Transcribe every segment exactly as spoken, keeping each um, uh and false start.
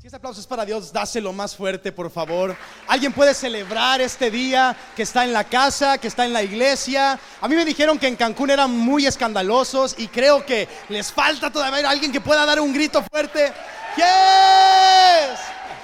Si este aplauso es para Dios, dáselo más fuerte, por favor. Alguien puede celebrar este día, que está en la casa, que está en la iglesia. A mí me dijeron que en Cancún eran muy escandalosos y creo que les falta todavía alguien que pueda dar un grito fuerte. Yes.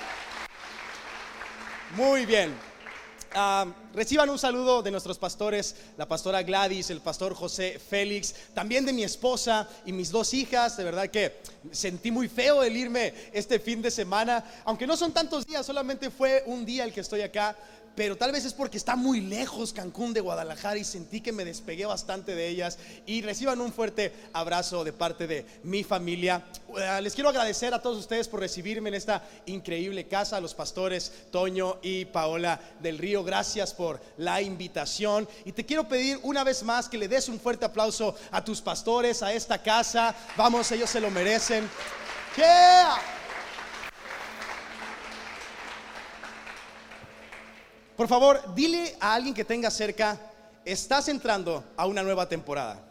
Muy bien. Uh, reciban un saludo de nuestros pastores, la pastora Gladys, el pastor José Félix, también de mi esposa y mis dos hijas. De verdad que sentí muy feo el irme este fin de semana, aunque no son tantos días, solamente fue un día el que estoy acá. Pero tal vez es porque está muy lejos Cancún de Guadalajara y sentí que me despegué bastante de ellas. Y reciban un fuerte abrazo de parte de mi familia. uh, Les quiero agradecer a todos ustedes por recibirme en esta increíble casa. A los pastores Toño y Paola del Río, gracias por la invitación. Y te quiero pedir una vez más que le des un fuerte aplauso a tus pastores, a esta casa. Vamos, ellos se lo merecen. Yeah. Por favor, dile a alguien que tenga cerca: estás entrando a una nueva temporada.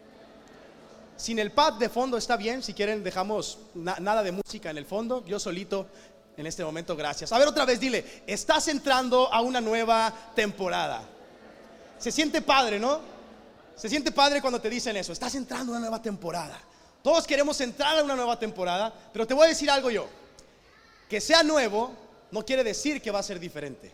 Sin el pad de fondo está bien, si quieren dejamos na- nada de música en el fondo, yo solito en este momento, gracias. A ver, otra vez dile: estás entrando a una nueva temporada. Se siente padre, ¿no? Se siente padre cuando te dicen eso: estás entrando a una nueva temporada. Todos queremos entrar a una nueva temporada, pero te voy a decir algo yo: que sea nuevo no quiere decir que va a ser diferente.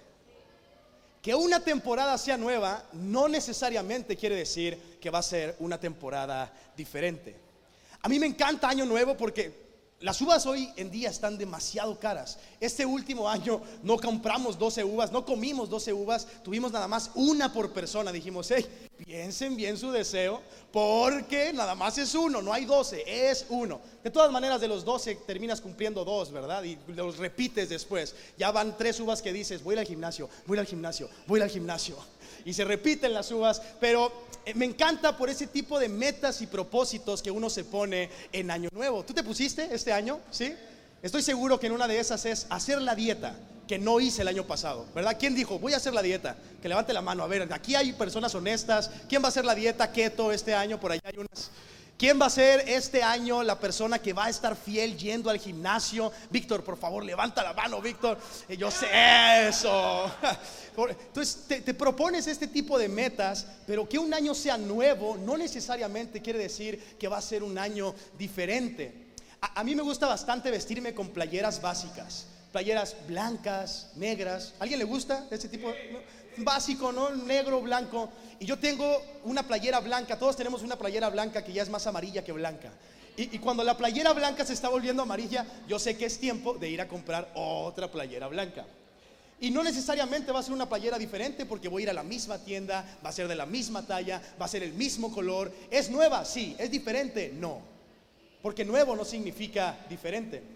Que una temporada sea nueva no necesariamente quiere decir que va a ser una temporada diferente. A mí me encanta Año Nuevo porque las uvas hoy en día están demasiado caras. Este último año no compramos doce uvas, no comimos doce uvas, tuvimos nada más una por persona. Dijimos: hey, piensen bien su deseo, porque nada más es uno, no hay doce, es uno. De todas maneras, de los doce terminas cumpliendo dos, ¿verdad? Y los repites después. Ya van tres uvas que dices: voy a ir al gimnasio, voy a ir al gimnasio, voy a ir al gimnasio. Y se repiten las uvas. Pero eh, me encanta por ese tipo de metas y propósitos que uno se pone en Año Nuevo. ¿Tú te pusiste este año? ¿Sí? Estoy seguro que en una de esas es hacer la dieta que no hice el año pasado, ¿verdad? ¿Quién dijo: voy a hacer la dieta? Que levante la mano. A ver, aquí hay personas honestas. ¿Quién va a hacer la dieta keto este año? Por allá hay unas. ¿Quién va a ser este año la persona que va a estar fiel yendo al gimnasio? Víctor, por favor, levanta la mano, Víctor. Eh, Yo sé eso. Entonces te, te propones este tipo de metas, pero que un año sea nuevo no necesariamente quiere decir que va a ser un año diferente. A, a mí me gusta bastante vestirme con playeras básicas, playeras blancas, negras. ¿A alguien le gusta ese tipo? ¿No? Básico, ¿no? Negro, blanco. Y yo tengo una playera blanca. Todos tenemos una playera blanca que ya es más amarilla que blanca. Y, y cuando la playera blanca se está volviendo amarilla, yo sé que es tiempo de ir a comprar otra playera blanca. Y no necesariamente va a ser una playera diferente, porque voy a ir a la misma tienda, va a ser de la misma talla, va a ser el mismo color. ¿Es nueva? Sí. ¿Es diferente? No. Porque nuevo no significa diferente.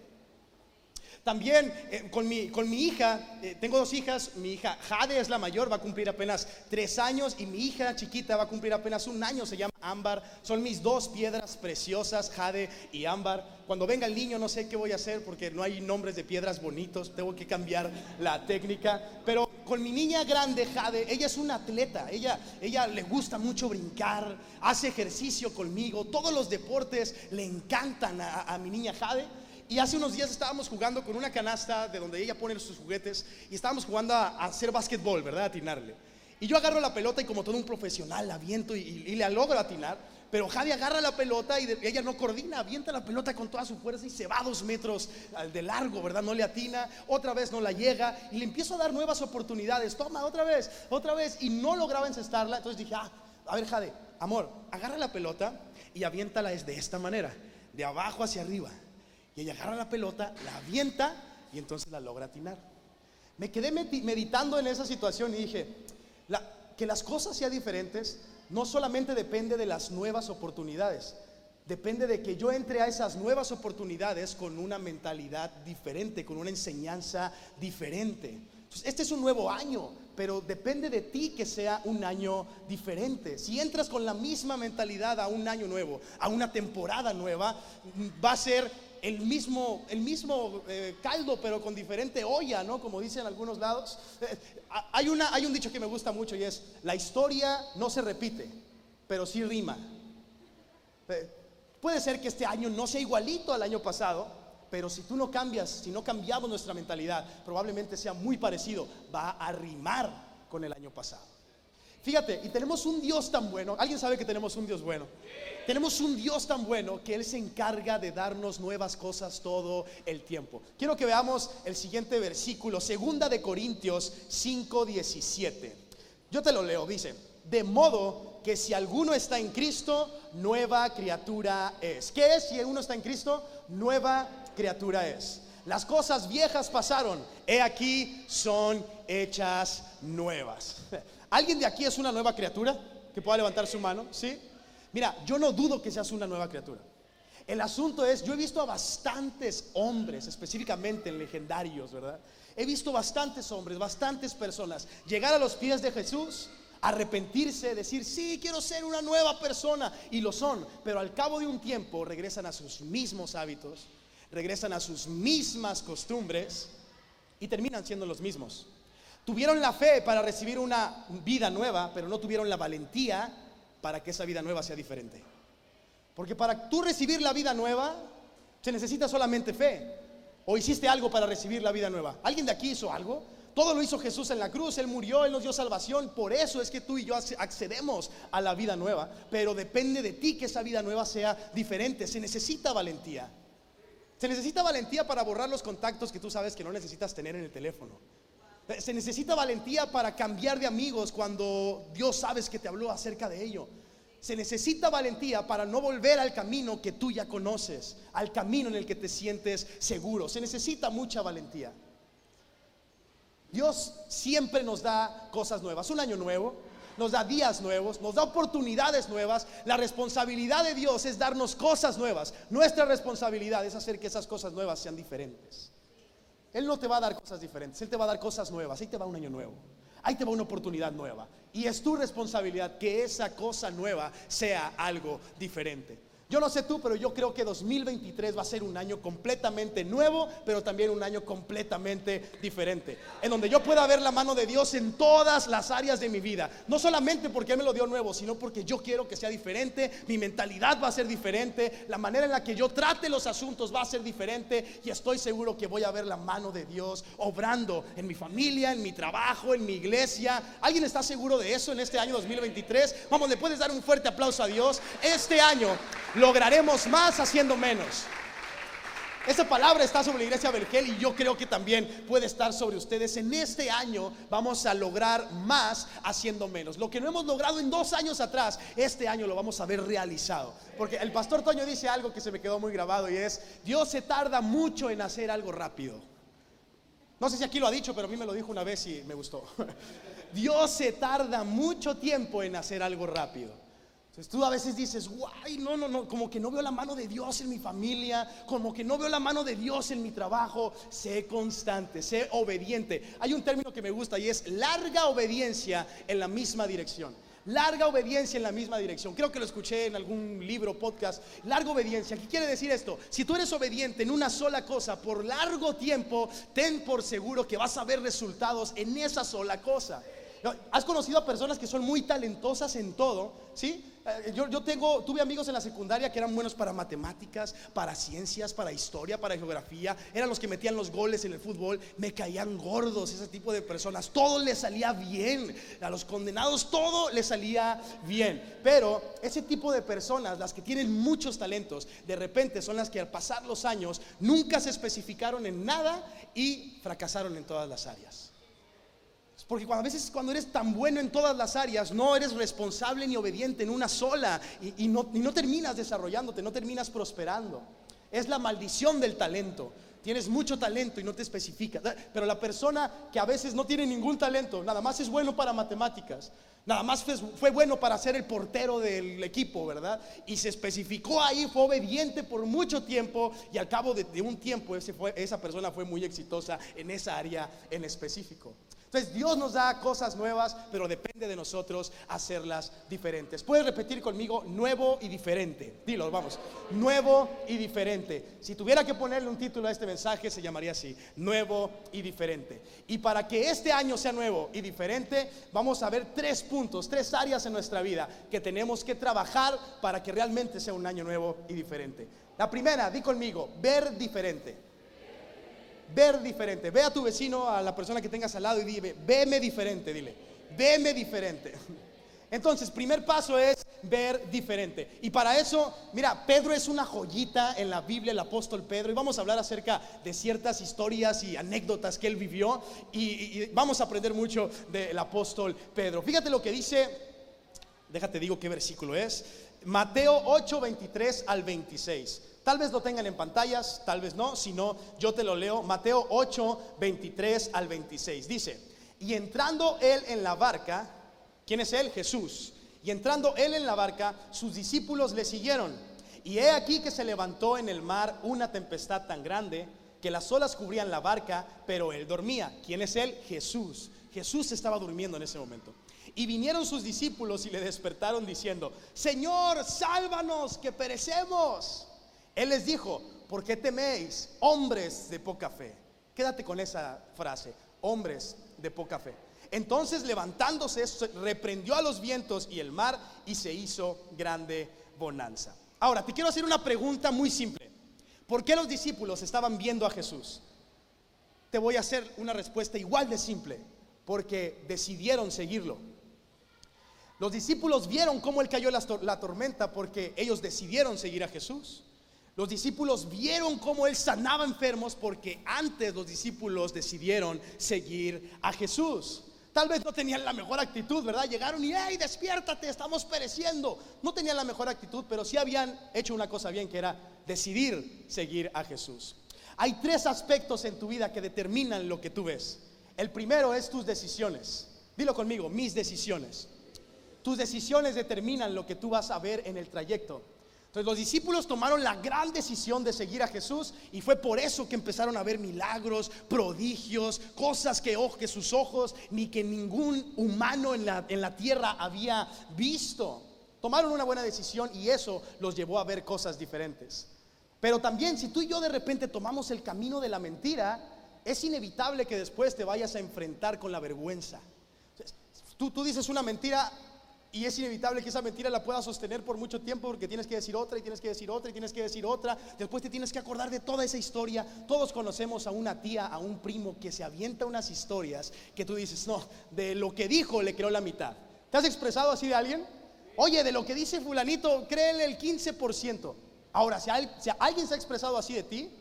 También eh, con, mi, con mi hija, eh, tengo dos hijas. Mi hija Jade es la mayor, va a cumplir apenas tres años. Y mi hija chiquita va a cumplir apenas un año, se llama Ámbar. Son mis dos piedras preciosas, Jade y Ámbar. Cuando venga el niño no sé qué voy a hacer, porque no hay nombres de piedras bonitos, tengo que cambiar la técnica. Pero con mi niña grande, Jade, ella es una atleta. Ella, ella le gusta mucho brincar, hace ejercicio conmigo. Todos los deportes le encantan a, a mi niña Jade. Y hace unos días estábamos jugando con una canasta de donde ella pone sus juguetes, y estábamos jugando a, a hacer básquetbol, ¿verdad? A atinarle. Y yo agarro la pelota y, como todo un profesional, la aviento y, y, y le logro atinar. Pero Javi agarra la pelota y de, ella no coordina, avienta la pelota con toda su fuerza y se va a dos metros de largo, ¿verdad? No le atina, otra vez no la llega, y le empiezo a dar nuevas oportunidades. Toma, otra vez, otra vez, y no lograba encestarla. Entonces dije: ah, a ver, Jade, amor, agarra la pelota y aviéntala de esta manera, de abajo hacia arriba. Y ella agarra la pelota, la avienta y entonces la logra atinar. Me quedé meditando en esa situación y dije: la, que las cosas sean diferentes no solamente depende de las nuevas oportunidades, depende de que yo entre a esas nuevas oportunidades con una mentalidad diferente, con una enseñanza diferente. Entonces, este es un nuevo año, pero depende de ti que sea un año diferente. Si entras con la misma mentalidad a un año nuevo, a una temporada nueva, va a ser el mismo, el mismo eh, caldo, pero con diferente olla, ¿no? Como dicen algunos lados. Eh, hay, una, hay un dicho que me gusta mucho, y es: la historia no se repite, pero sí rima. Eh, puede ser que este año no sea igualito al año pasado, Pero si tú no cambias, si no cambiamos nuestra mentalidad, probablemente sea muy parecido, va a rimar con el año pasado. Fíjate, y tenemos un Dios tan bueno. ¿Alguien sabe que tenemos un Dios bueno? Tenemos un Dios tan bueno que Él se encarga de darnos nuevas cosas todo el tiempo. Quiero que veamos el siguiente versículo, segunda de Corintios cinco diecisiete. Yo te lo leo, dice: de modo que si alguno está en Cristo, nueva criatura es. ¿Qué es si uno está en Cristo? Nueva criatura es. Las cosas viejas pasaron, he aquí son hechas nuevas. ¿Alguien de aquí es una nueva criatura? Que pueda levantar su mano, ¿sí? Mira, yo no dudo que seas una nueva criatura. El asunto es, yo he visto a bastantes hombres, específicamente en legendarios, ¿verdad? He visto bastantes hombres, bastantes personas llegar a los pies de Jesús, arrepentirse, decir, sí, quiero ser una nueva persona, y lo son, pero al cabo de un tiempo regresan a sus mismos hábitos, regresan a sus mismas costumbres y terminan siendo los mismos. Tuvieron la fe para recibir una vida nueva, pero no tuvieron la valentía para que esa vida nueva sea diferente. Porque para tú recibir la vida nueva se necesita solamente fe. ¿O hiciste algo para recibir la vida nueva? ¿Alguien de aquí hizo algo? Todo lo hizo Jesús en la cruz, Él murió, Él nos dio salvación. Por eso es que tú y yo accedemos a la vida nueva. Pero depende de ti que esa vida nueva sea diferente. Se necesita valentía. Se necesita valentía para borrar los contactos que tú sabes que no necesitas tener en el teléfono. Se necesita valentía para cambiar de amigos cuando Dios sabes que te habló acerca de ello. Se necesita valentía para no volver al camino que tú ya conoces, al camino en el que te sientes seguro. Se necesita mucha valentía. Dios siempre nos da cosas nuevas, un año nuevo, nos da días nuevos, nos da oportunidades nuevas. La responsabilidad de Dios es darnos cosas nuevas. Nuestra responsabilidad es hacer que esas cosas nuevas sean diferentes. Él no te va a dar cosas diferentes, Él te va a dar cosas nuevas. Ahí te va un año nuevo, ahí te va una oportunidad nueva. Y es tu responsabilidad que esa cosa nueva sea algo diferente. Yo no sé tú, pero yo creo que dos mil veintitrés va a ser un año completamente nuevo, pero también un año completamente diferente, en donde yo pueda ver la mano de Dios en todas las áreas de mi vida. No solamente porque Él me lo dio nuevo, sino porque yo quiero que sea diferente. Mi mentalidad va a ser diferente, la manera en la que yo trate los asuntos va a ser diferente. Y estoy seguro que voy a ver la mano de Dios obrando en mi familia, en mi trabajo, en mi iglesia. ¿Alguien está seguro de eso en este año dos mil veintitrés? Vamos, ¿le puedes dar un fuerte aplauso a Dios? Este año lograremos más haciendo menos. Esa palabra está sobre la iglesia Vergel y yo creo que también puede estar sobre ustedes. En este año vamos a lograr más haciendo menos. Lo que no hemos logrado en dos años atrás, este año lo vamos a ver realizado. Porque el pastor Toño dice algo que se me quedó muy grabado, y es: Dios se tarda mucho en hacer algo rápido. No sé si aquí lo ha dicho, pero a mí me lo dijo una vez y me gustó. Dios se tarda mucho tiempo en hacer algo rápido. Entonces tú a veces dices, guay, no, no, no, como que no veo la mano de Dios en mi familia, como que no veo la mano de Dios en mi trabajo. Sé constante, sé obediente. Hay un término que me gusta y es larga obediencia en la misma dirección. Larga obediencia en la misma dirección. Creo que lo escuché en algún libro, podcast. Larga obediencia. ¿Qué quiere decir esto? Si tú eres obediente en una sola cosa por largo tiempo, ten por seguro que vas a ver resultados en esa sola cosa. ¿Has conocido a personas que son muy talentosas en todo? ¿Sí? Yo, yo tengo, tuve amigos en la secundaria que eran buenos para matemáticas, para ciencias, para historia, para geografía. Eran los que metían los goles en el fútbol. Me caían gordos ese tipo de personas. Todo les salía bien. A los condenados todo les salía bien. Pero ese tipo de personas, las que tienen muchos talentos, de repente son las que al pasar los años nunca se especificaron en nada y fracasaron en todas las áreas. Porque cuando, a veces cuando eres tan bueno en todas las áreas, no eres responsable ni obediente en una sola, y, y, no, y no terminas desarrollándote, no terminas prosperando. Es la maldición del talento. Tienes mucho talento y no te especificas. Pero la persona que a veces no tiene ningún talento, nada más es bueno para matemáticas, nada más fue, fue bueno para ser el portero del equipo, ¿verdad? Y se especificó ahí, fue obediente por mucho tiempo, y al cabo de, de un tiempo ese fue, esa persona fue muy exitosa en esa área en específico. Entonces Dios nos da cosas nuevas, pero depende de nosotros hacerlas diferentes. ¿Puedes repetir conmigo? Nuevo y diferente. Dilo, vamos. Nuevo y diferente. Si tuviera que ponerle un título a este mensaje, se llamaría así: Nuevo y diferente. Y para que este año sea nuevo y diferente, vamos a ver tres puntos, tres áreas en nuestra vida que tenemos que trabajar para que realmente sea un año nuevo y diferente. La primera, di conmigo, ver diferente. Ver diferente. Ve a tu vecino, a la persona que tengas al lado y dile, veme diferente, dile, veme diferente. Entonces, primer paso es ver diferente. Y para eso, mira, Pedro es una joyita en la Biblia, el apóstol Pedro. Y vamos a hablar acerca de ciertas historias y anécdotas que él vivió. Y, y, y vamos a aprender mucho del apóstol Pedro. Fíjate lo que dice, déjate digo qué versículo es. Mateo ocho, veintitrés al veintiséis. Tal vez lo tengan en pantallas, tal vez no. Si no, yo te lo leo. Mateo ocho, veintitrés al veintiséis. Dice, y entrando él en la barca, ¿quién es él? Jesús. Y entrando él en la barca, sus discípulos le siguieron. Y he aquí que se levantó en el mar una tempestad tan grande que las olas cubrían la barca, pero él dormía. ¿Quién es él? Jesús. Jesús estaba durmiendo en ese momento. Y vinieron sus discípulos y le despertaron diciendo, Señor, sálvanos, que perecemos. Él les dijo, ¿por qué teméis, hombres de poca fe? Quédate con esa frase, hombres de poca fe. Entonces levantándose reprendió a los vientos y el mar y se hizo grande bonanza. Ahora te quiero hacer una pregunta muy simple. ¿Por qué los discípulos estaban viendo a Jesús? Te voy a hacer una respuesta igual de simple. Porque decidieron seguirlo. Los discípulos vieron cómo él cayó la, la tormenta porque ellos decidieron seguir a Jesús. Los discípulos vieron cómo él sanaba enfermos porque antes los discípulos decidieron seguir a Jesús. Tal vez no tenían la mejor actitud, ¿verdad? Llegaron y, hey, despiértate, estamos pereciendo. No tenían la mejor actitud, pero sí habían hecho una cosa bien, que era decidir seguir a Jesús. Hay tres aspectos en tu vida que determinan lo que tú ves. El primero es tus decisiones. Dilo conmigo, mis decisiones. Tus decisiones determinan lo que tú vas a ver en el trayecto. Entonces los discípulos tomaron la gran decisión de seguir a Jesús y fue por eso que empezaron a ver milagros, prodigios, cosas que, oh, que sus ojos ni que ningún humano en la, en la tierra había visto. Tomaron una buena decisión y eso los llevó a ver cosas diferentes. Pero también si tú y yo de repente tomamos el camino de la mentira, es inevitable que después te vayas a enfrentar con la vergüenza. Tú, tú dices una mentira y es inevitable que esa mentira la puedas sostener por mucho tiempo porque tienes que decir otra y tienes que decir otra y tienes que decir otra. Después te tienes que acordar de toda esa historia. Todos conocemos a una tía, a un primo que se avienta unas historias que tú dices, no, de lo que dijo le creo la mitad. ¿Te has expresado así de alguien? Oye, de lo que dice fulanito, créele el quince por ciento. Ahora, si, hay, si alguien se ha expresado así de ti,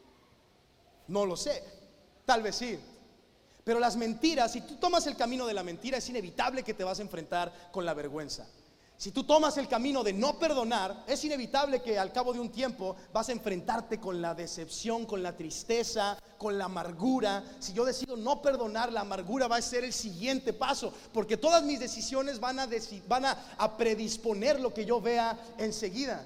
no lo sé, tal vez sí. Pero las mentiras, si tú tomas el camino de la mentira, es inevitable que te vas a enfrentar con la vergüenza. Si tú tomas el camino de no perdonar, es inevitable que al cabo de un tiempo vas a enfrentarte con la decepción, con la tristeza, con la amargura. Si yo decido no perdonar, la amargura va a ser el siguiente paso, porque todas mis decisiones van a, deci- van a, a predisponer lo que yo vea enseguida.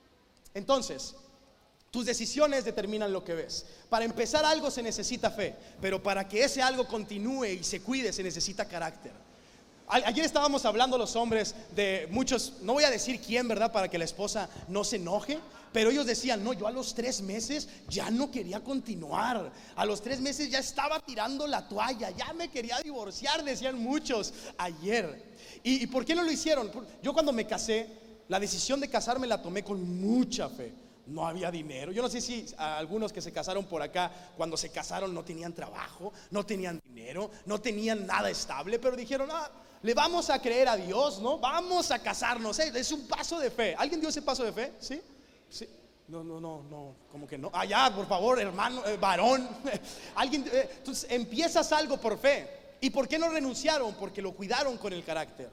Entonces, tus decisiones determinan lo que ves. Para empezar algo se necesita fe, pero para que ese algo continúe y se cuide se necesita carácter. Ayer estábamos hablando los hombres de muchos, no voy a decir quién, ¿verdad? Para que la esposa no se enoje, pero ellos decían, no, yo a los tres meses ya no quería continuar. A los tres meses ya estaba tirando la toalla, ya me quería divorciar, decían muchos ayer. ¿Y, y por qué no lo hicieron? Yo cuando me casé, la decisión de casarme la tomé con mucha fe. No había dinero. Yo no sé si algunos que se casaron por acá, cuando se casaron no tenían trabajo, no tenían dinero, no tenían nada estable, pero dijeron, ah, le vamos a creer a Dios, ¿no? Vamos a casarnos, ¿eh? Es un paso de fe. ¿Alguien dio ese paso de fe? ¿Sí? ¿Sí? No, no, no, no, como que no. Allá, ah, por favor, hermano, eh, varón. Alguien, eh, entonces empiezas algo por fe. ¿Y por qué no renunciaron? Porque lo cuidaron con el carácter.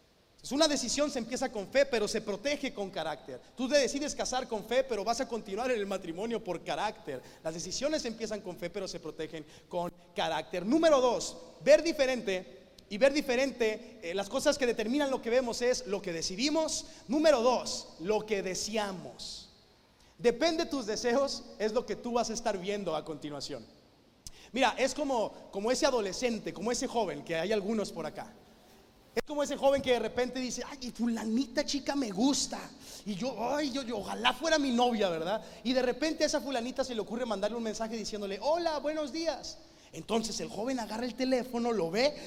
Una decisión se empieza con fe, pero se protege con carácter. Tú te decides casar con fe, pero vas a continuar en el matrimonio por carácter. Las decisiones empiezan con fe, pero se protegen con carácter. Número dos, ver diferente. Y ver diferente, eh, las cosas que determinan lo que vemos es lo que decidimos. Número dos, lo que deseamos. Depende de tus deseos, es lo que tú vas a estar viendo a continuación. Mira, es como, como ese adolescente, como ese joven, que hay algunos por acá. Es como ese joven que de repente dice, ay, fulanita chica me gusta. Y yo, ay, yo, yo, ojalá fuera mi novia, ¿verdad? Y de repente a esa fulanita se le ocurre mandarle un mensaje diciéndole, hola, buenos días. Entonces el joven agarra el teléfono, lo ve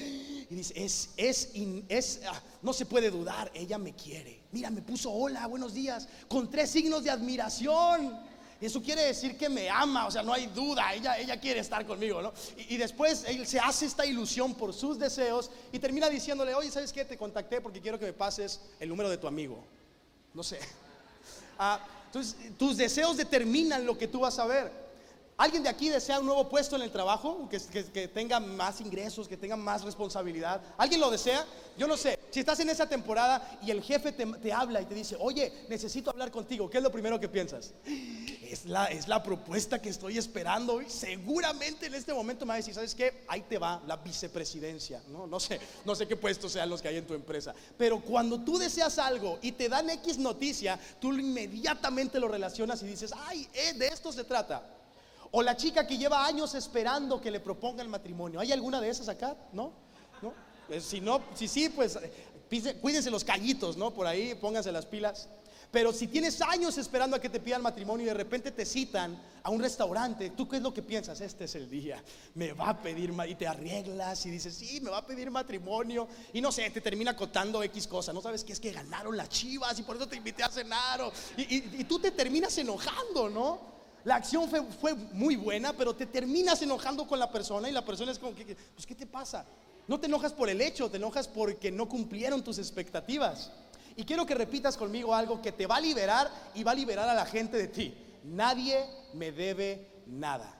y dice, es, es, in- es ah, no se puede dudar, ella me quiere. Mira, me puso hola, buenos días, con tres signos de admiración. Eso quiere decir que me ama, o sea, no hay duda, ella, ella quiere estar conmigo, ¿no? Y, y después él se hace esta ilusión por sus deseos y termina diciéndole, oye, ¿sabes qué? Te contacté porque quiero que me pases el número de tu amigo. No sé. Ah, entonces, tus deseos determinan lo que tú vas a ver. ¿Alguien de aquí desea un nuevo puesto en el trabajo? Que, que, que tenga más ingresos, que tenga más responsabilidad. ¿Alguien lo desea? Yo no sé. Si estás en esa temporada y el jefe te, te habla y te dice, oye, necesito hablar contigo, ¿qué es lo primero que piensas? Es la, es la propuesta que estoy esperando. Y seguramente en este momento me va a decir, ¿sabes qué? Ahí te va la vicepresidencia. No, no sé, no sé qué puestos sean los que hay en tu empresa. Pero cuando tú deseas algo y te dan X noticia, tú inmediatamente lo relacionas y dices, ay, eh, de esto se trata. O la chica que lleva años esperando que le proponga el matrimonio. ¿Hay alguna de esas acá? ¿No? ¿No? Eh, Si no, si sí, pues eh, pise- cuídense los callitos, ¿no? Por ahí, pónganse las pilas. Pero si tienes años esperando a que te pidan matrimonio y de repente te citan a un restaurante, ¿tú qué es lo que piensas? Este es el día, me va a pedir ma- y te arreglas y dices, sí, me va a pedir matrimonio. Y no sé, te termina acotando X cosa. No sabes qué es que ganaron las Chivas y por eso te invité a cenar. o- y, y- y tú te terminas enojando, ¿no? La acción fue, fue muy buena, pero te terminas enojando con la persona y la persona es como que, pues ¿qué te pasa? No te enojas por el hecho, te enojas porque no cumplieron tus expectativas. Y quiero que repitas conmigo algo que te va a liberar y va a liberar a la gente de ti. Nadie me debe nada.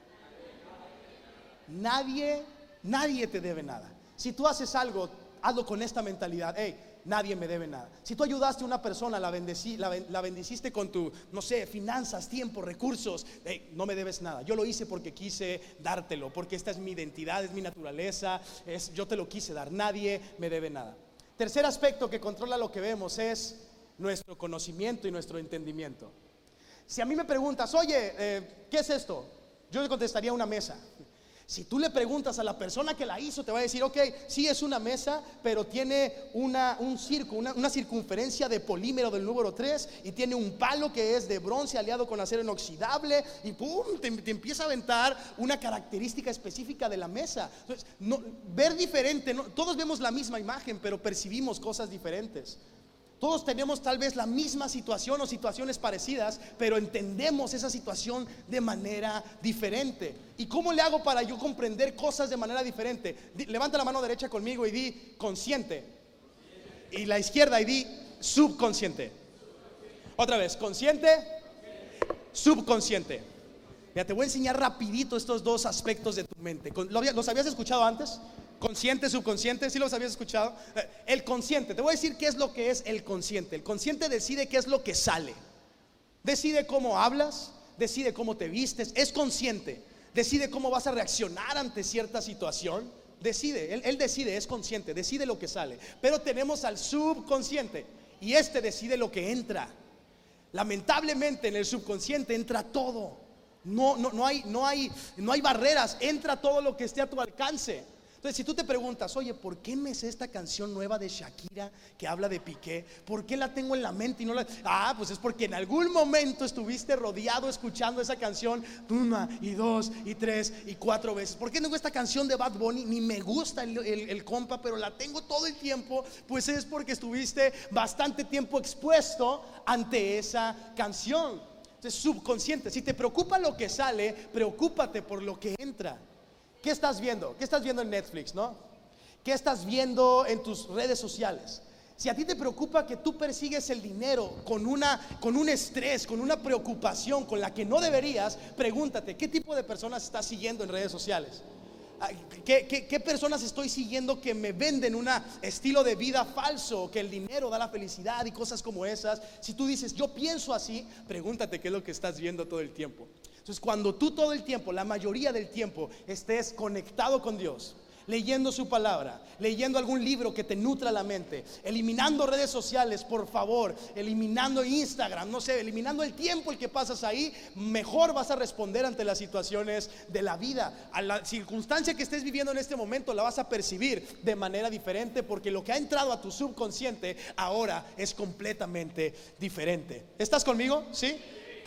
Nadie, nadie te debe nada. Si tú haces algo, hazlo con esta mentalidad. Hey, nadie me debe nada. Si tú ayudaste a una persona, la, bendecí, la, ben- la bendeciste con tu, no sé, finanzas, tiempo, recursos, hey, no me debes nada. Yo lo hice porque quise dártelo, porque esta es mi identidad, es mi naturaleza, es, yo te lo quise dar. Nadie me debe nada. Tercer aspecto que controla lo que vemos es nuestro conocimiento y nuestro entendimiento. Si a mí me preguntas, oye, eh, ¿qué es esto? Yo le contestaría una mesa. Si tú le preguntas a la persona que la hizo, te va a decir, ok, sí es una mesa, pero tiene una, un circo, una, una circunferencia de polímero del número tres y tiene un palo que es de bronce aliado con acero inoxidable y pum, te, te empieza a aventar una característica específica de la mesa. Entonces, no, ver diferente, no, todos vemos la misma imagen, pero percibimos cosas diferentes. Todos tenemos tal vez la misma situación o situaciones parecidas, pero entendemos esa situación de manera diferente. ¿Y cómo le hago para yo comprender cosas de manera diferente? Di- levanta la mano derecha conmigo y di consciente. Y la izquierda y di subconsciente. Otra vez, consciente, subconsciente. Ya te voy a enseñar rapidito estos dos aspectos de tu mente. Con- ¿lo había- ¿Los habías escuchado antes? Consciente, subconsciente, ¿sí los habías escuchado? Eh, El consciente, te voy a decir qué es lo que es el consciente. El consciente decide qué es lo que sale. Decide cómo hablas, decide cómo te vistes, es consciente. Decide cómo vas a reaccionar ante cierta situación. Decide, él, él decide, es consciente, decide lo que sale. Pero tenemos al subconsciente y este decide lo que entra. Lamentablemente en el subconsciente entra todo. No, no, no hay, no hay, no hay barreras, entra todo lo que esté a tu alcance. Entonces, si tú te preguntas, oye, ¿por qué me sé esta canción nueva de Shakira que habla de Piqué? ¿Por qué la tengo en la mente y no la...? Ah, pues es porque en algún momento estuviste rodeado escuchando esa canción una y dos y tres y cuatro veces. ¿Por qué tengo esta canción de Bad Bunny? Ni me gusta el, el, el compa, pero la tengo todo el tiempo. Pues es porque estuviste bastante tiempo expuesto ante esa canción. Entonces, subconsciente, si te preocupa lo que sale, preocúpate por lo que entra. ¿Qué estás viendo? ¿Qué estás viendo en Netflix, no? ¿Qué estás viendo en tus redes sociales? Si a ti te preocupa que tú persigues el dinero con una, con un estrés, con una preocupación con la que no deberías, pregúntate, ¿qué tipo de personas estás siguiendo en redes sociales? ¿Qué, qué, qué personas estoy siguiendo que me venden un estilo de vida falso, que el dinero da la felicidad y cosas como esas? Si tú dices, yo pienso así, pregúntate qué es lo que estás viendo todo el tiempo. Entonces, cuando tú todo el tiempo, la mayoría del tiempo, estés conectado con Dios, leyendo su palabra, leyendo algún libro que te nutra la mente, eliminando redes sociales, por favor, eliminando Instagram, no sé, eliminando el tiempo el que pasas ahí, mejor vas a responder ante las situaciones de la vida. A la circunstancia que estés viviendo en este momento la vas a percibir de manera diferente, porque lo que ha entrado a tu subconsciente ahora es completamente diferente. ¿Estás conmigo? ¿Sí?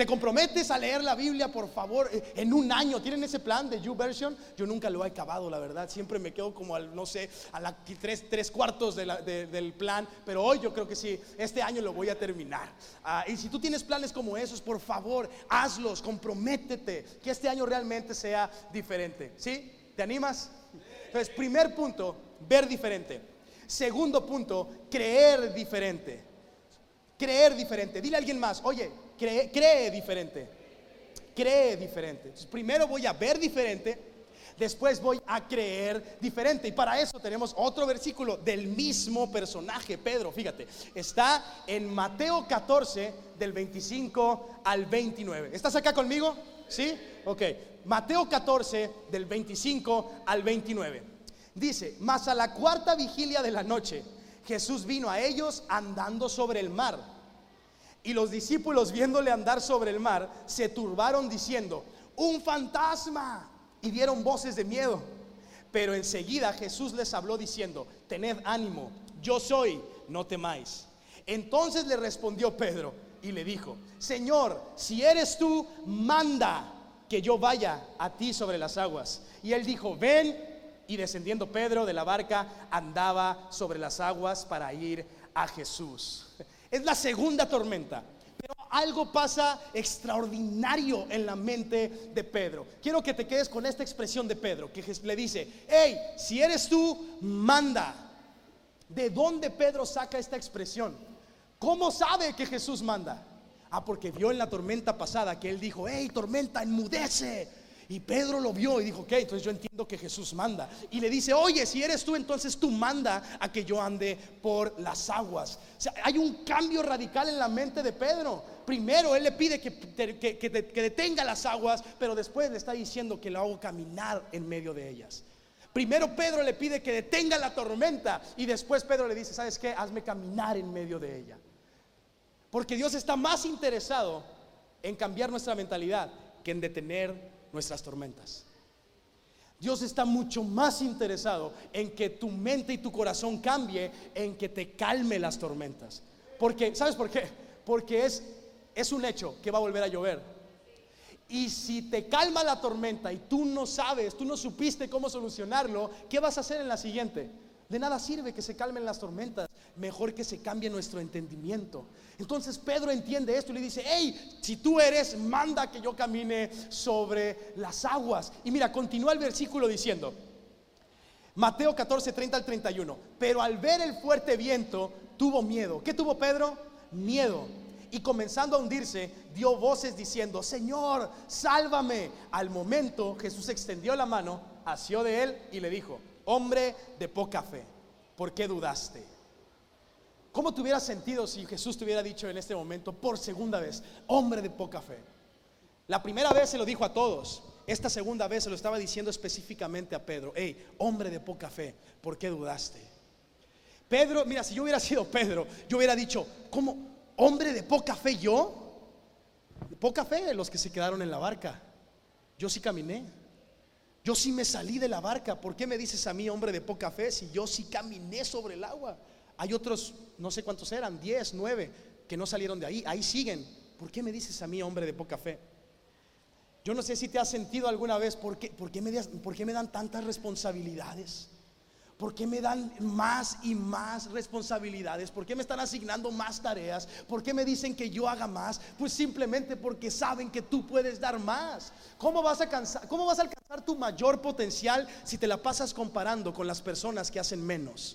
¿Te comprometes a leer la Biblia, por favor, en un año? ¿Tienen ese plan de YouVersion? Yo nunca lo he acabado, la verdad. Siempre me quedo como al, no sé, a la tres, tres cuartos de la, de, del plan. Pero hoy yo creo que sí, este año lo voy a terminar. uh, Y si tú tienes planes como esos, por favor, hazlos, comprométete, que este año realmente sea diferente. ¿Sí? ¿Te animas? Entonces, primer punto, ver diferente. Segundo punto, creer diferente. Creer diferente. Dile a alguien más, oye, cree, cree diferente. Cree diferente. Entonces, primero voy a ver diferente, después voy a creer diferente. Y para eso tenemos otro versículo del mismo personaje, Pedro. Fíjate, está en Mateo catorce, del veinticinco al veintinueve. ¿Estás acá conmigo? ¿Sí? Ok. Mateo catorce, del veinticinco al veintinueve. Dice: mas a la cuarta vigilia de la noche, Jesús vino a ellos andando sobre el mar. Y los discípulos, viéndole andar sobre el mar, se turbaron diciendo: ¡un fantasma! Y dieron voces de miedo. Pero enseguida Jesús les habló diciendo: tened ánimo, yo soy, no temáis. Entonces le respondió Pedro y le dijo: Señor, si eres tú, manda que yo vaya a ti sobre las aguas. Y él dijo: ven. Y descendiendo Pedro de la barca, andaba sobre las aguas para ir a Jesús. Es la segunda tormenta, pero algo pasa extraordinario en la mente de Pedro. Quiero que te quedes con esta expresión de Pedro, que le dice: hey, si eres tú, manda. ¿De dónde Pedro saca esta expresión? ¿Cómo sabe que Jesús manda? Ah, porque vio en la tormenta pasada que él dijo: hey, tormenta, enmudece. Y Pedro lo vio y dijo: ok, entonces yo entiendo que Jesús manda. Y le dice: oye, si eres tú, entonces tú manda a que yo ande por las aguas. O sea, hay un cambio radical en la mente de Pedro. Primero él le pide que, que, que, que detenga las aguas, pero después le está diciendo que lo hago caminar en medio de ellas. Primero Pedro le pide que detenga la tormenta, y después Pedro le dice: ¿sabes qué? Hazme caminar en medio de ella. Porque Dios está más interesado en cambiar nuestra mentalidad que en detener nuestras tormentas. Dios está mucho más interesado en que tu mente y tu corazón cambie, en que te calme las tormentas. Porque, ¿sabes por qué? Porque es, es un hecho que va a volver a llover. Y si te calma la tormenta y tú no sabes, tú no supiste cómo solucionarlo, ¿qué vas a hacer en la siguiente? De nada sirve que se calmen las tormentas, mejor que se cambie nuestro entendimiento. Entonces Pedro entiende esto y le dice: hey, si tú eres, manda que yo camine sobre las aguas. Y mira, continúa el versículo diciendo, Mateo catorce, treinta al treinta y uno: pero al ver el fuerte viento, tuvo miedo. ¿Qué tuvo Pedro? Miedo. Y comenzando a hundirse, dio voces diciendo: Señor, sálvame. Al momento Jesús extendió la mano, asió de él y le dijo: hombre de poca fe, ¿por qué dudaste? ¿Cómo te hubieras sentido si Jesús te hubiera dicho en este momento por segunda vez: hombre de poca fe? La primera vez se lo dijo a todos, esta segunda vez se lo estaba diciendo específicamente a Pedro: hey, hombre de poca fe, ¿por qué dudaste? Pedro, mira, si yo hubiera sido Pedro, yo hubiera dicho: ¿cómo? ¿Hombre de poca fe yo? De poca fe los que se quedaron en la barca. Yo sí caminé. Yo sí me salí de la barca. ¿Por qué me dices a mí, hombre de poca fe, si yo sí caminé sobre el agua? Hay otros, no sé cuántos eran, diez, nueve, que no salieron de ahí, ahí siguen. ¿Por qué me dices a mí, hombre de poca fe? Yo no sé si te has sentido alguna vez: ¿por qué, por qué me, por qué me dan tantas responsabilidades? ¿Por qué me dan más y más responsabilidades? ¿Por qué me están asignando más tareas? ¿Por qué me dicen que yo haga más? Pues simplemente porque saben que tú puedes dar más. ¿Cómo vas a alcanzar, cómo vas a alcanzar tu mayor potencial si te la pasas comparando con las personas que hacen menos?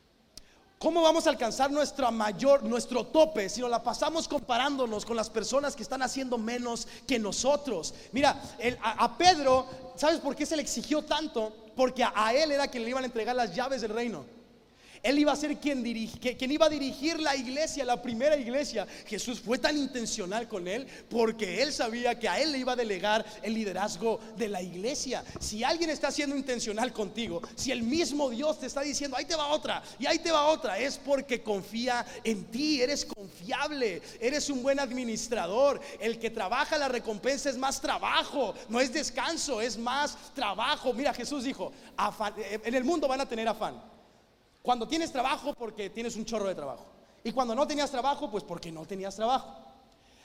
¿Cómo vamos a alcanzar nuestra mayor, nuestro tope si nos la pasamos comparándonos con las personas que están haciendo menos que nosotros? Mira, el, a, a Pedro, ¿sabes por qué se le exigió tanto? Porque a, a él era quien le iban a entregar las llaves del reino. Él iba a ser quien, dirige, quien iba a dirigir la iglesia, la primera iglesia. Jesús fue tan intencional con él porque él sabía que a él le iba a delegar el liderazgo de la iglesia. Si alguien está siendo intencional contigo, si el mismo Dios te está diciendo: ahí te va otra y ahí te va otra, es porque confía en ti. Eres confiable, eres un buen administrador. El que trabaja, la recompensa es más trabajo, no es descanso, es más trabajo. Mira, Jesús dijo: afán, en el mundo van a tener afán. Cuando tienes trabajo, porque tienes un chorro de trabajo. Y cuando no tenías trabajo, pues porque no tenías trabajo.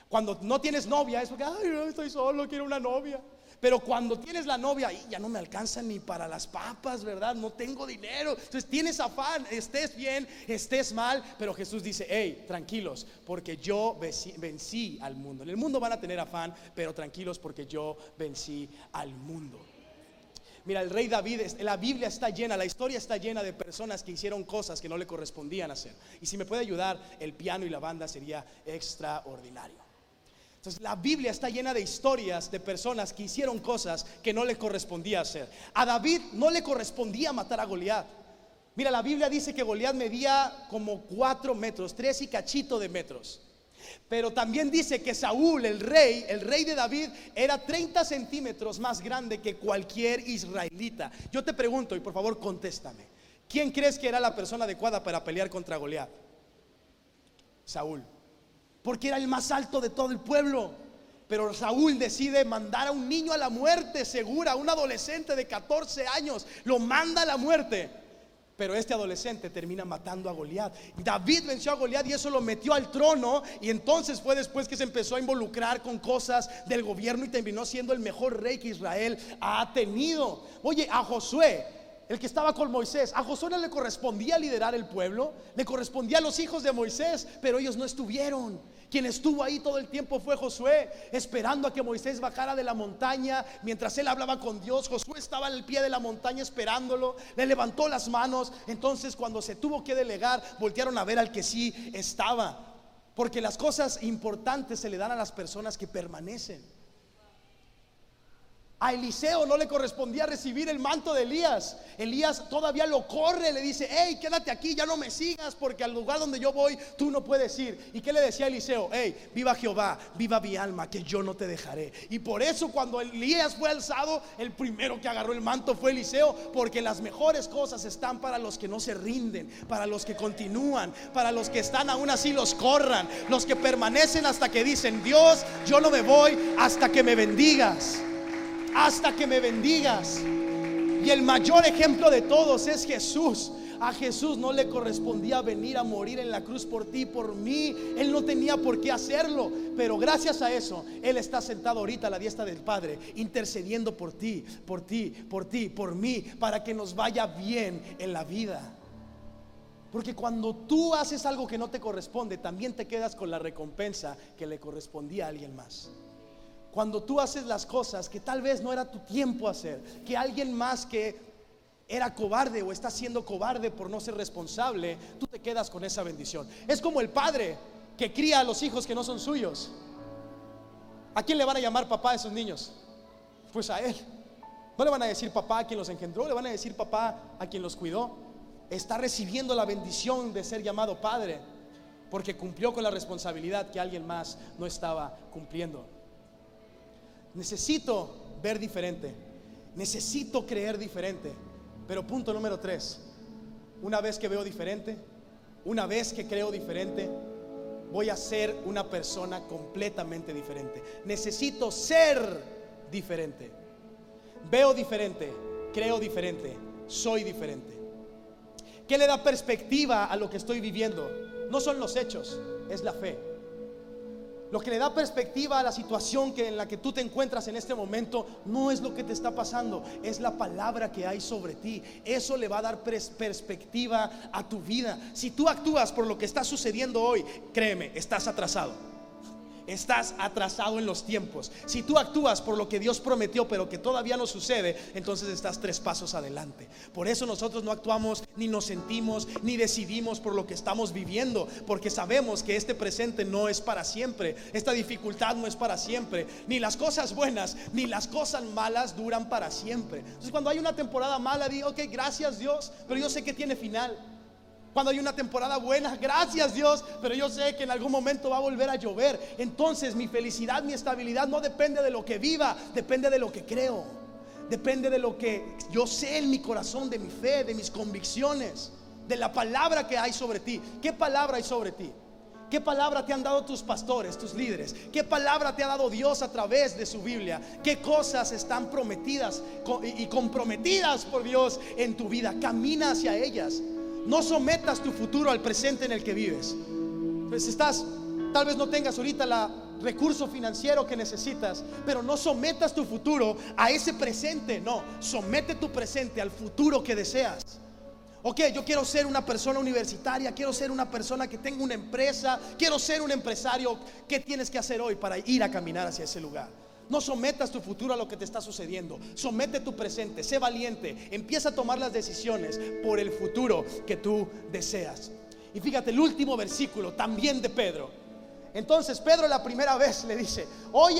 Cuando no tienes novia es porque, ay, no, estoy solo, quiero una novia. Pero cuando tienes la novia, y ya no me alcanza ni para las papas, ¿verdad? No tengo dinero. Entonces tienes afán, estés bien, estés mal. Pero Jesús dice, hey, tranquilos, porque yo vencí, vencí al mundo. En el mundo van a tener afán, pero tranquilos porque yo vencí al mundo. Mira, el rey David, la Biblia está llena, la historia está llena de personas que hicieron cosas que no le correspondían hacer. Y si me puede ayudar, el piano y la banda sería extraordinario. Entonces la Biblia está llena de historias de personas que hicieron cosas que no le correspondía hacer. A David no le correspondía matar a Goliat. Mira, la Biblia dice que Goliat medía como cuatro metros, tres y cachito de metros. Pero también dice que Saúl, el rey, el rey de David, era treinta centímetros más grande que cualquier israelita. Yo te pregunto, y por favor contéstame, ¿quién crees que era la persona adecuada para pelear contra Goliat? Saúl, porque era el más alto de todo el pueblo. Pero Saúl decide mandar a un niño a la muerte segura, un adolescente de catorce años, lo manda a la muerte. Pero este adolescente termina matando a Goliat. David venció a Goliat y eso lo metió al trono. Y entonces fue después que se empezó a involucrar con cosas del gobierno y terminó siendo el mejor rey que Israel ha tenido. Oye, a Josué, el que estaba con Moisés, a Josué no le correspondía liderar el pueblo, le correspondía a los hijos de Moisés, pero ellos no estuvieron. Quien estuvo ahí todo el tiempo fue Josué, esperando a que Moisés bajara de la montaña. Mientras él hablaba con Dios, Josué estaba al pie de la montaña esperándolo, le levantó las manos. Entonces cuando se tuvo que delegar, voltearon a ver al que sí estaba, porque las cosas importantes se le dan a las personas que permanecen. A Eliseo no le correspondía recibir el manto de Elías. Elías todavía lo corre, le dice, hey, quédate aquí, ya no me sigas, porque al lugar donde yo voy tú no puedes ir. ¿Y qué le decía Eliseo? Hey, viva Jehová, viva mi alma, que yo no te dejaré. Y por eso cuando Elías fue alzado, el primero que agarró el manto fue Eliseo, porque las mejores cosas están para los que no se rinden, para los que continúan, para los que están aún así los corran, los que permanecen hasta que dicen, Dios, yo no me voy hasta que me bendigas. Hasta que me bendigas. Y el mayor ejemplo de todos es Jesús. A Jesús no le correspondía venir a morir en la cruz por ti, por mí. Él no tenía por qué hacerlo, pero gracias a eso Él está sentado ahorita a la diestra del Padre, intercediendo por ti, por ti, por ti, por mí, para que nos vaya bien en la vida. Porque cuando tú haces algo que no te corresponde, también te quedas con la recompensa que le correspondía a alguien más. Cuando tú haces las cosas que tal vez no era tu tiempo hacer, que alguien más que era cobarde o está siendo cobarde por no ser responsable, tú te quedas con esa bendición. Es como el padre que cría a los hijos que no son suyos. ¿A quién le van a llamar papá a esos niños? Pues a él. No le van a decir papá a quien los engendró, le van a decir papá a quien los cuidó. Está recibiendo la bendición de ser llamado padre porque cumplió con la responsabilidad que alguien más no estaba cumpliendo. Necesito ver diferente, necesito creer diferente. Pero punto número tres, una vez que veo diferente, una vez que creo diferente, voy a ser una persona completamente diferente. Necesito ser diferente. Veo diferente, creo diferente, soy diferente. ¿Qué le da perspectiva a lo que estoy viviendo? No son los hechos, es la fe. Lo que le da perspectiva a la situación que en la que tú te encuentras en este momento no es lo que te está pasando, es la palabra que hay sobre ti. Eso le va a dar pers- perspectiva a tu vida. Si tú actúas por lo que está sucediendo hoy, créeme, estás atrasado. Estás atrasado en los tiempos. Si tú actúas por lo que Dios prometió pero que todavía no sucede, entonces estás tres pasos adelante. Por eso nosotros no actuamos, ni nos sentimos, ni decidimos por lo que estamos viviendo, porque sabemos que este presente no es para siempre. Esta dificultad no es para siempre. Ni las cosas buenas ni las cosas malas duran para siempre. Entonces cuando hay una temporada mala, digo, ok, gracias Dios, pero yo sé que tiene final. Cuando hay una temporada buena, gracias Dios, pero yo sé que en algún momento va a volver a llover. Entonces mi felicidad, mi estabilidad no depende de lo que viva, depende de lo que creo. Depende de lo que yo sé en mi corazón, de mi fe, de mis convicciones, de la palabra que hay sobre ti. ¿Qué palabra hay sobre ti? ¿Qué palabra te han dado tus pastores, tus líderes? ¿Qué palabra te ha dado Dios a través de su Biblia? ¿Qué cosas están prometidas y comprometidas por Dios en tu vida? Camina hacia ellas. No sometas tu futuro al presente en el que vives. Pues estás, tal vez no tengas ahorita la recurso financiero que necesitas, pero no sometas tu futuro a ese presente. No, somete tu presente al futuro que deseas. Ok, yo quiero ser una persona universitaria, quiero ser una persona que tenga una empresa, quiero ser un empresario. ¿Qué tienes que hacer hoy para ir a caminar hacia ese lugar? No sometas tu futuro a lo que te está sucediendo. Somete tu presente, sé valiente, empieza a tomar las decisiones por el futuro que tú deseas. Y fíjate el último versículo también de Pedro. Entonces Pedro la primera vez le dice: oye,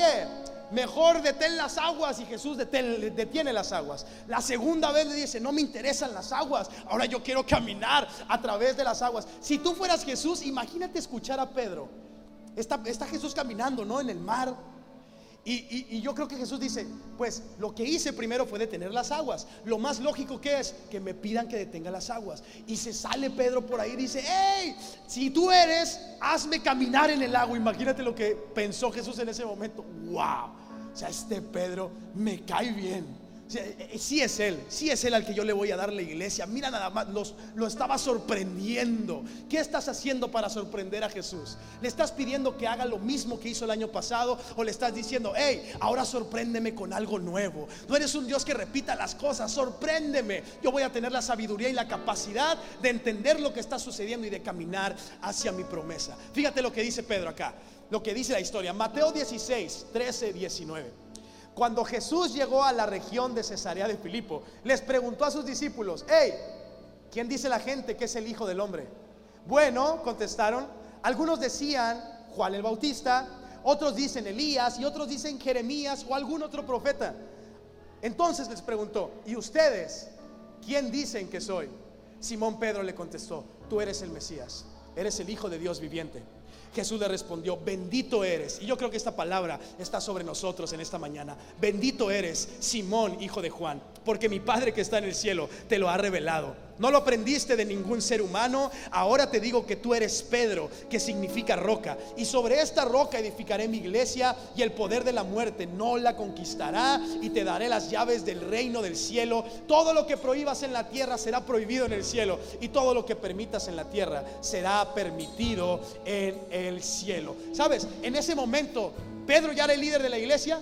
mejor detén las aguas. Y Jesús detén, detiene las aguas. La segunda vez le dice: no me interesan las aguas, ahora yo quiero caminar a través de las aguas. Si tú fueras Jesús, imagínate escuchar a Pedro. Está, está Jesús caminando, ¿no?, en el mar. Y, y, y yo creo que Jesús dice: pues lo que hice primero fue detener las aguas. Lo más lógico que es que me pidan que detenga las aguas. Y se sale Pedro por ahí y dice: hey, si tú eres, hazme caminar en el agua. Imagínate lo que pensó Jesús en ese momento. Wow, o sea, este Pedro me cae bien. O sea, sí es él, sí es él al que yo le voy a dar la iglesia. Mira nada más, los, lo estaba sorprendiendo. ¿Qué estás haciendo para sorprender a Jesús? ¿Le estás pidiendo que haga lo mismo que hizo el año pasado? ¿O le estás diciendo: hey, ahora sorpréndeme con algo nuevo? No eres un Dios que repita las cosas, sorpréndeme. Yo voy a tener la sabiduría y la capacidad de entender lo que está sucediendo y de caminar hacia mi promesa. Fíjate lo que dice Pedro acá, lo que dice la historia. Mateo dieciséis, trece, diecinueve. Cuando Jesús llegó a la región de Cesarea de Filipo, les preguntó a sus discípulos: hey, ¿quién dice la gente que es el Hijo del Hombre? Bueno, contestaron, algunos decían Juan el Bautista, otros dicen Elías y otros dicen Jeremías o algún otro profeta. Entonces les preguntó: ¿y ustedes quién dicen que soy? Simón Pedro le contestó: tú eres el Mesías, eres el Hijo de Dios viviente. Jesús le respondió: bendito eres. Y yo creo que esta palabra está sobre nosotros en esta mañana. Bendito eres, Simón, hijo de Juan, porque mi Padre que está en el cielo te lo ha revelado. No lo aprendiste de ningún ser humano. Ahora te digo que tú eres Pedro, que significa roca, y sobre esta roca edificaré mi iglesia, y el poder de la muerte no la conquistará, y te daré las llaves del reino del cielo. Todo lo que prohíbas en la tierra será prohibido en el cielo, y todo lo que permitas en la tierra será permitido en el cielo. ¿Sabes? En ese momento Pedro ya era el líder de la iglesia.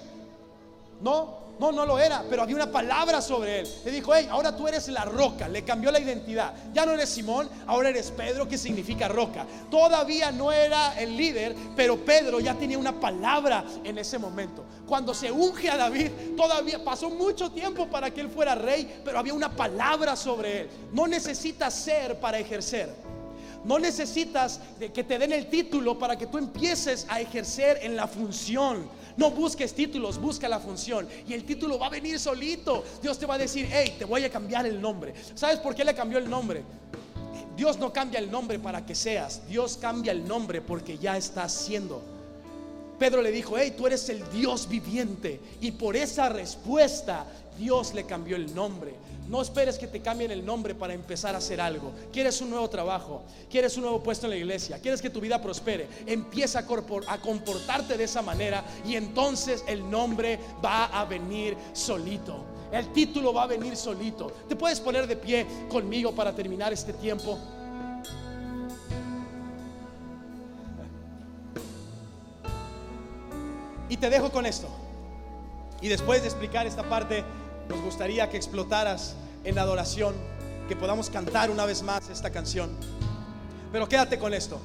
No, no, no lo era, pero había una palabra sobre él. Le dijo: hey, ahora tú eres la roca. Le cambió la identidad. Ya no eres Simón, ahora eres Pedro, que significa roca. Todavía no era el líder, pero Pedro ya tenía una palabra en ese momento. Cuando se unge a David, todavía pasó mucho tiempo para que él fuera rey, pero había una palabra sobre él. No necesitas ser para ejercer. No necesitas de que te den el título para que tú empieces a ejercer en la función. No busques títulos, busca la función, y el título va a venir solito. Dios te va a decir: hey, te voy a cambiar el nombre. ¿Sabes por qué le cambió el nombre? Dios no cambia el nombre para que seas. Dios cambia el nombre porque ya estás siendo. Pedro le dijo: hey, tú eres el Dios viviente. Y por esa respuesta Dios le cambió el nombre. No esperes que te cambien el nombre para empezar a hacer algo. ¿Quieres un nuevo trabajo? ¿Quieres un nuevo puesto en la iglesia? ¿Quieres que tu vida prospere? Empieza a, corpor- a comportarte de esa manera, y entonces el nombre va a venir solito. El título va a venir solito. ¿Te puedes poner de pie conmigo para terminar este tiempo? Y te dejo con esto. Y después de explicar esta parte, nos gustaría que explotaras en adoración, que podamos cantar una vez más esta canción. Pero quédate con esto: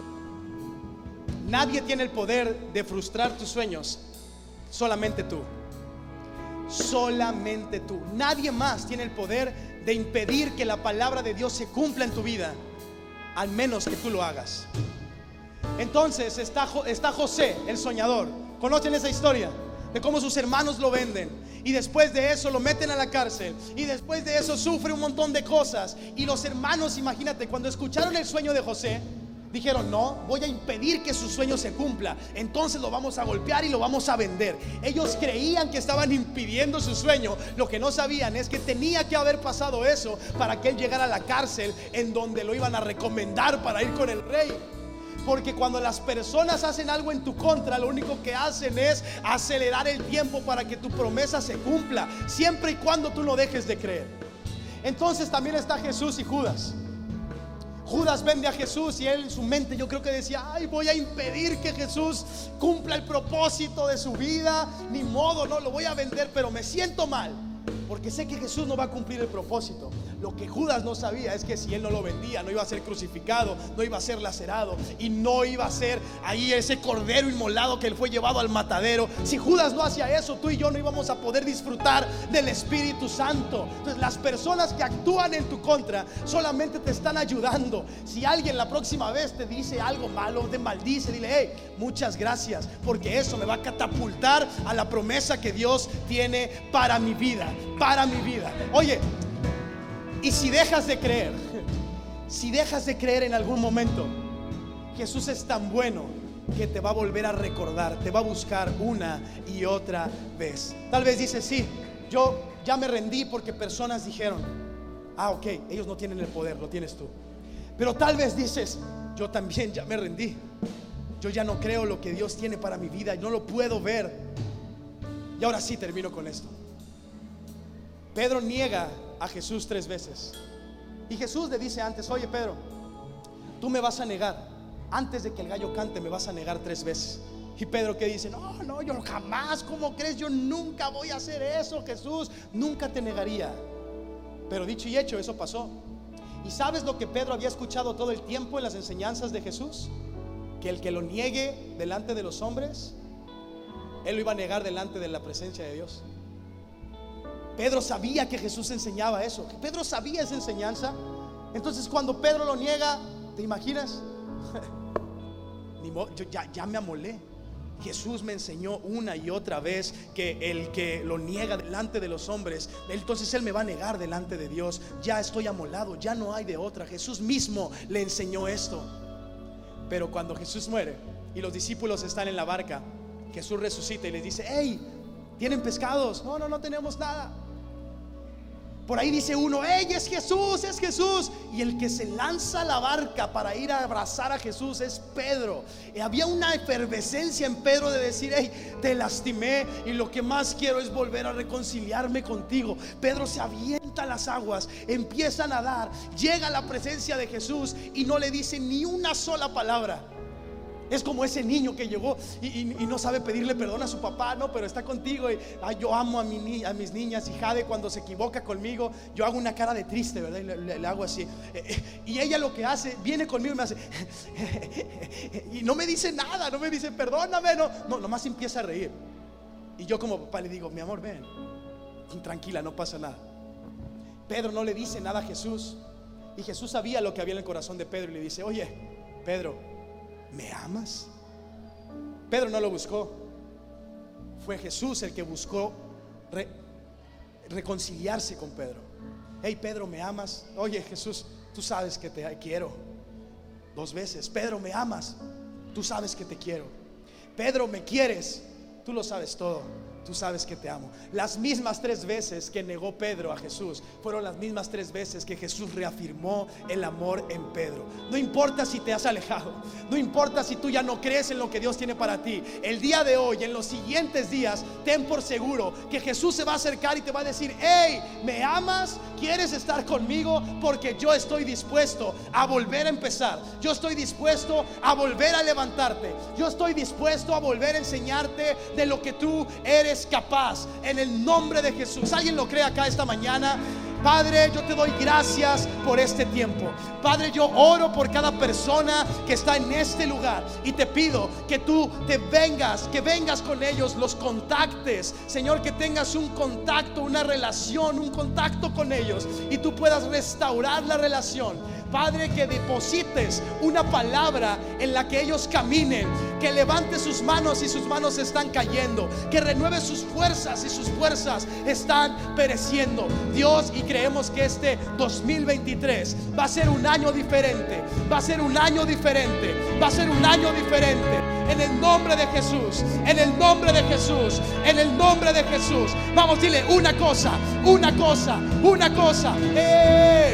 nadie tiene el poder de frustrar tus sueños, solamente tú. Solamente tú. Nadie más tiene el poder de impedir que la palabra de Dios se cumpla en tu vida, al menos que tú lo hagas. Entonces está, está José, el soñador. ¿Conocen esa historia? De cómo sus hermanos lo venden, y después de eso lo meten a la cárcel, y después de eso sufre un montón de cosas. Y los hermanos, imagínate, cuando escucharon el sueño de José, dijeron: no, voy a impedir que su sueño se cumpla, entonces lo vamos a golpear y lo vamos a vender. Ellos creían que estaban impidiendo su sueño. Lo que no sabían es que tenía que haber pasado eso para que él llegara a la cárcel, en donde lo iban a recomendar para ir con el rey. Porque cuando las personas hacen algo en tu contra, lo único que hacen es acelerar el tiempo para que tu promesa se cumpla, siempre y cuando tú no dejes de creer. Entonces también está Jesús y Judas. Judas vende a Jesús y él en su mente yo creo que decía: ay, voy a impedir que Jesús cumpla el propósito de su vida. Ni modo, no, lo voy a vender, pero me siento mal porque sé que Jesús no va a cumplir el propósito. Lo que Judas no sabía es que si él no lo vendía, no iba a ser crucificado, no iba a ser lacerado y no iba a ser ahí ese cordero inmolado que él fue llevado al matadero. Si Judas no hacía eso, tú y yo no íbamos a poder disfrutar del Espíritu Santo. Entonces las personas que actúan en tu contra solamente te están ayudando. Si alguien la próxima vez te dice algo malo, te maldice, dile: hey, muchas gracias, porque eso me va a catapultar a la promesa que Dios tiene para mi vida, para mi vida. Oye, y si dejas de creer, si dejas de creer en algún momento, Jesús es tan bueno que te va a volver a recordar, te va a buscar una y otra vez. Tal vez dices: sí, yo ya me rendí porque personas dijeron. Ah, ok, ellos no tienen el poder, lo tienes tú. Pero tal vez dices: yo también ya me rendí. Yo ya no creo lo que Dios tiene para mi vida, no lo puedo ver. Y ahora sí termino con esto. Pedro niega a Jesús tres veces. Y Jesús le dice antes: oye, Pedro, tú me vas a negar. Antes de que el gallo cante me vas a negar tres veces. Y Pedro, ¿qué dice? No, no, yo jamás, ¿cómo crees? Yo nunca voy a hacer eso, Jesús. Nunca te negaría. Pero dicho y hecho, eso pasó. ¿Y sabes lo que Pedro había escuchado todo el tiempo en las enseñanzas de Jesús? Que el que lo niegue delante de los hombres, él lo iba a negar delante de la presencia de Dios. Pedro sabía que Jesús enseñaba eso. Pedro sabía esa enseñanza. Entonces cuando Pedro lo niega, ¿te imaginas? Ni modo, yo ya, ya me amolé. Jesús me enseñó una y otra vez que el que lo niega delante de los hombres, entonces él me va a negar delante de Dios. Ya estoy amolado, ya no hay de otra. Jesús mismo le enseñó esto. Pero cuando Jesús muere y los discípulos están en la barca, Jesús resucita y les dice: hey, ¿tienen pescados? No, no, no tenemos nada. Por ahí dice uno: hey, es Jesús, es Jesús. Y el que se lanza a la barca para ir a abrazar a Jesús es Pedro. Y había una efervescencia en Pedro de decir: hey, te lastimé y lo que más quiero es volver a reconciliarme contigo. Pedro se avienta a las aguas, empieza a nadar, llega a la presencia de Jesús y no le dice ni una sola palabra. Es como ese niño que llegó y, y, y no sabe pedirle perdón a su papá. No, pero está contigo y, ay, yo amo a, mi, a mis niñas. Y Jade, cuando se equivoca conmigo, yo hago una cara de triste, ¿verdad? Y le, le, le hago así. Y ella lo que hace, viene conmigo y me hace y no me dice nada, no me dice perdóname, no, no, nomás empieza a reír. Y yo como papá le digo: mi amor, ven, tranquila, no pasa nada. Pedro no le dice nada a Jesús. Y Jesús sabía lo que había en el corazón de Pedro y le dice: oye, Pedro, ¿me amas? Pedro no lo buscó. Fue Jesús el que buscó re, reconciliarse con Pedro. Hey, Pedro, ¿me amas? Oye, Jesús, tú sabes que te quiero. Dos veces: Pedro, ¿me amas? Tú sabes que te quiero. Pedro, ¿me quieres? Tú lo sabes todo. Tú sabes que te amo. Las mismas tres veces que negó Pedro a Jesús fueron las mismas tres veces que Jesús reafirmó el amor en Pedro. No importa si te has alejado, no importa si tú ya no crees en lo que Dios tiene para ti. El día de hoy, en los siguientes días, ten por seguro que Jesús se va a acercar y te va a decir: hey, ¿me amas? ¿Quieres estar conmigo? Porque yo estoy dispuesto a volver a empezar. Yo estoy dispuesto a volver a levantarte. Yo estoy dispuesto a volver a enseñarte de lo que tú eres capaz, en el nombre de Jesús. ¿Alguien lo cree acá esta mañana? Padre, yo te doy gracias por este tiempo. Padre, yo oro por cada persona que está en este lugar y te pido que tú te vengas, que vengas con ellos, los contactes, Señor, que tengas un contacto, una relación, un contacto con ellos y tú puedas restaurar la relación. Padre, que deposites una palabra en la que ellos caminen, que levante sus manos y sus manos están cayendo, que renueve sus fuerzas y sus fuerzas están pereciendo. Dios, y creemos que este dos mil veintitrés va a ser un año diferente, va a ser un año diferente, va a ser un año diferente. En el nombre de Jesús, en el nombre de Jesús, en el nombre de Jesús. Vamos, dile una cosa, una cosa, una cosa. ¡Eh!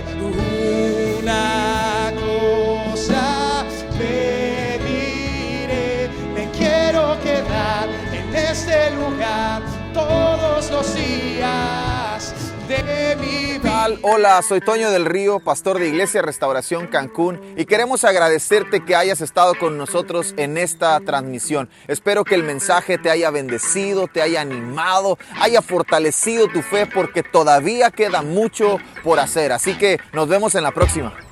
Una cosa pediré, me quiero quedar en este lugar todos los días de mi vida. tal? Hola, soy Toño del Río, pastor de Iglesia Restauración Cancún, y queremos agradecerte que hayas estado con nosotros en esta transmisión. Espero que el mensaje te haya bendecido, te haya animado, haya fortalecido tu fe, porque todavía queda mucho por hacer. Así que nos vemos en la próxima.